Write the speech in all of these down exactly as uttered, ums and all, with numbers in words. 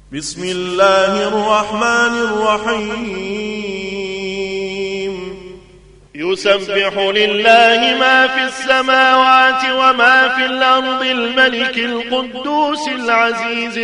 بسم الله الرحمن الرحيم يسبح لله ما في السماوات وما في الأرض الملك القدوس العزيز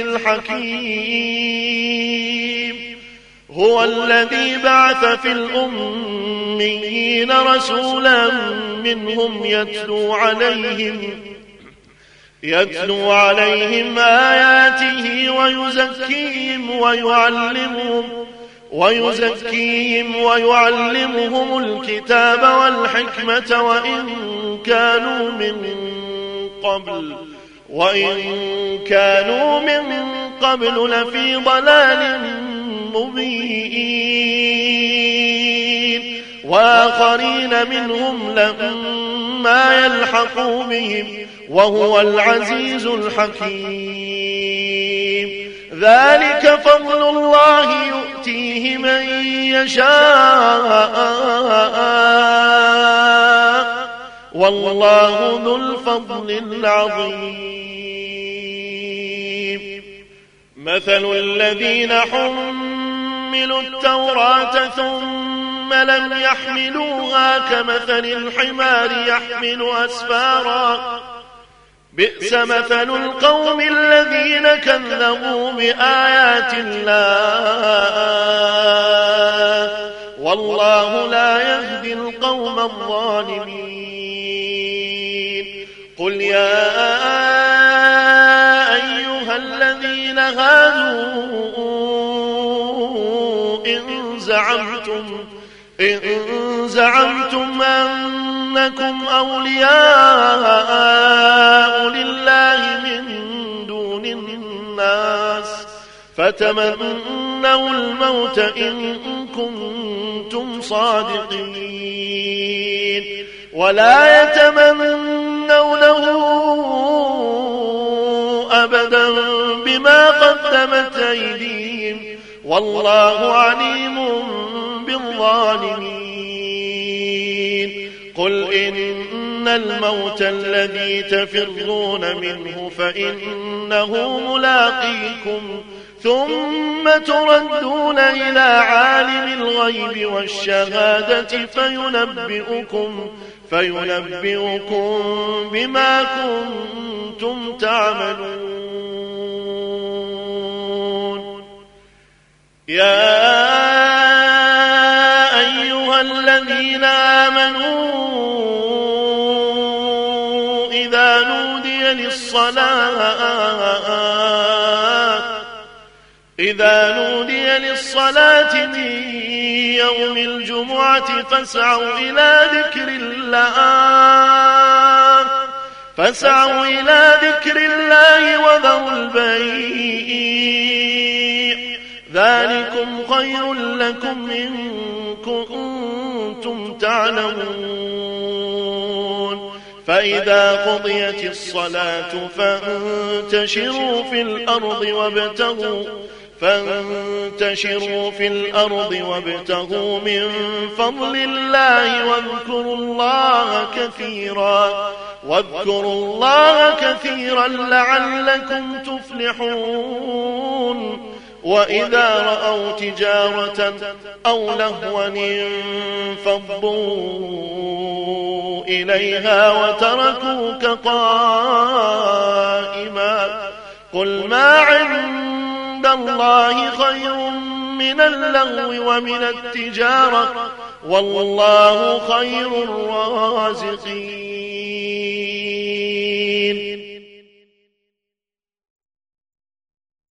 الحكيم هو الذي بعث في الأميين رسولا منهم يتلو عليهم يتلو عليهم آياته ويزكيهم ويعلمهم ويزكيهم ويعلمهم الكتاب والحكمة وإن كانوا من قبل وإن كانوا من قبل لفي ضلال مبين وآخرين منهم لما يلحقوا بهم وهو العزيز الحكيم ذلك فضل الله يؤتيه من يشاء والله ذو الفضل العظيم مثل الذين حملوا التوراة ثم لم يحملوها كمثل الحمار يحمل أسفارا بئس مثل القوم الذين كذبوا بآيات الله والله لا يهدي القوم الظالمين قل يا أيها الذين هادوا إن زعمتم إن زعمتم أنكم أولياء لله من دون الناس فتمنوا الموت إن كنتم صادقين ولا يتمنونه أبدا بما قدمت أيديهم والله عليم بالظالمين قل إن الموت الذي تفرون منه فإنه ملاقيكم ثم تردون إلى عالم الغيب والشهادة فينبئكم فينبئكم بما كنتم تعملون يا الذين آمنوا إذا نودي للصلاة إذا نودي للصلاة من يوم الجمعة فاسعوا إلى ذكر الله فاسعوا إلى ذكر الله وذروا البيع ذلكم خير لكم إن كنتم تعلمون فإذا قضيت الصلاة فانتشروا في الأرض وابتغوا فانتشروا في الأرض وابتغوا من فضل الله واذكروا الله كثيرا واذكروا الله كثيرا لعلكم تفلحون وإذا رأوا تجارة أو لهوا انفضوا إليها وتركوك قائما قل ما عند الله خير من اللهو ومن التجارة والله خير الرازقين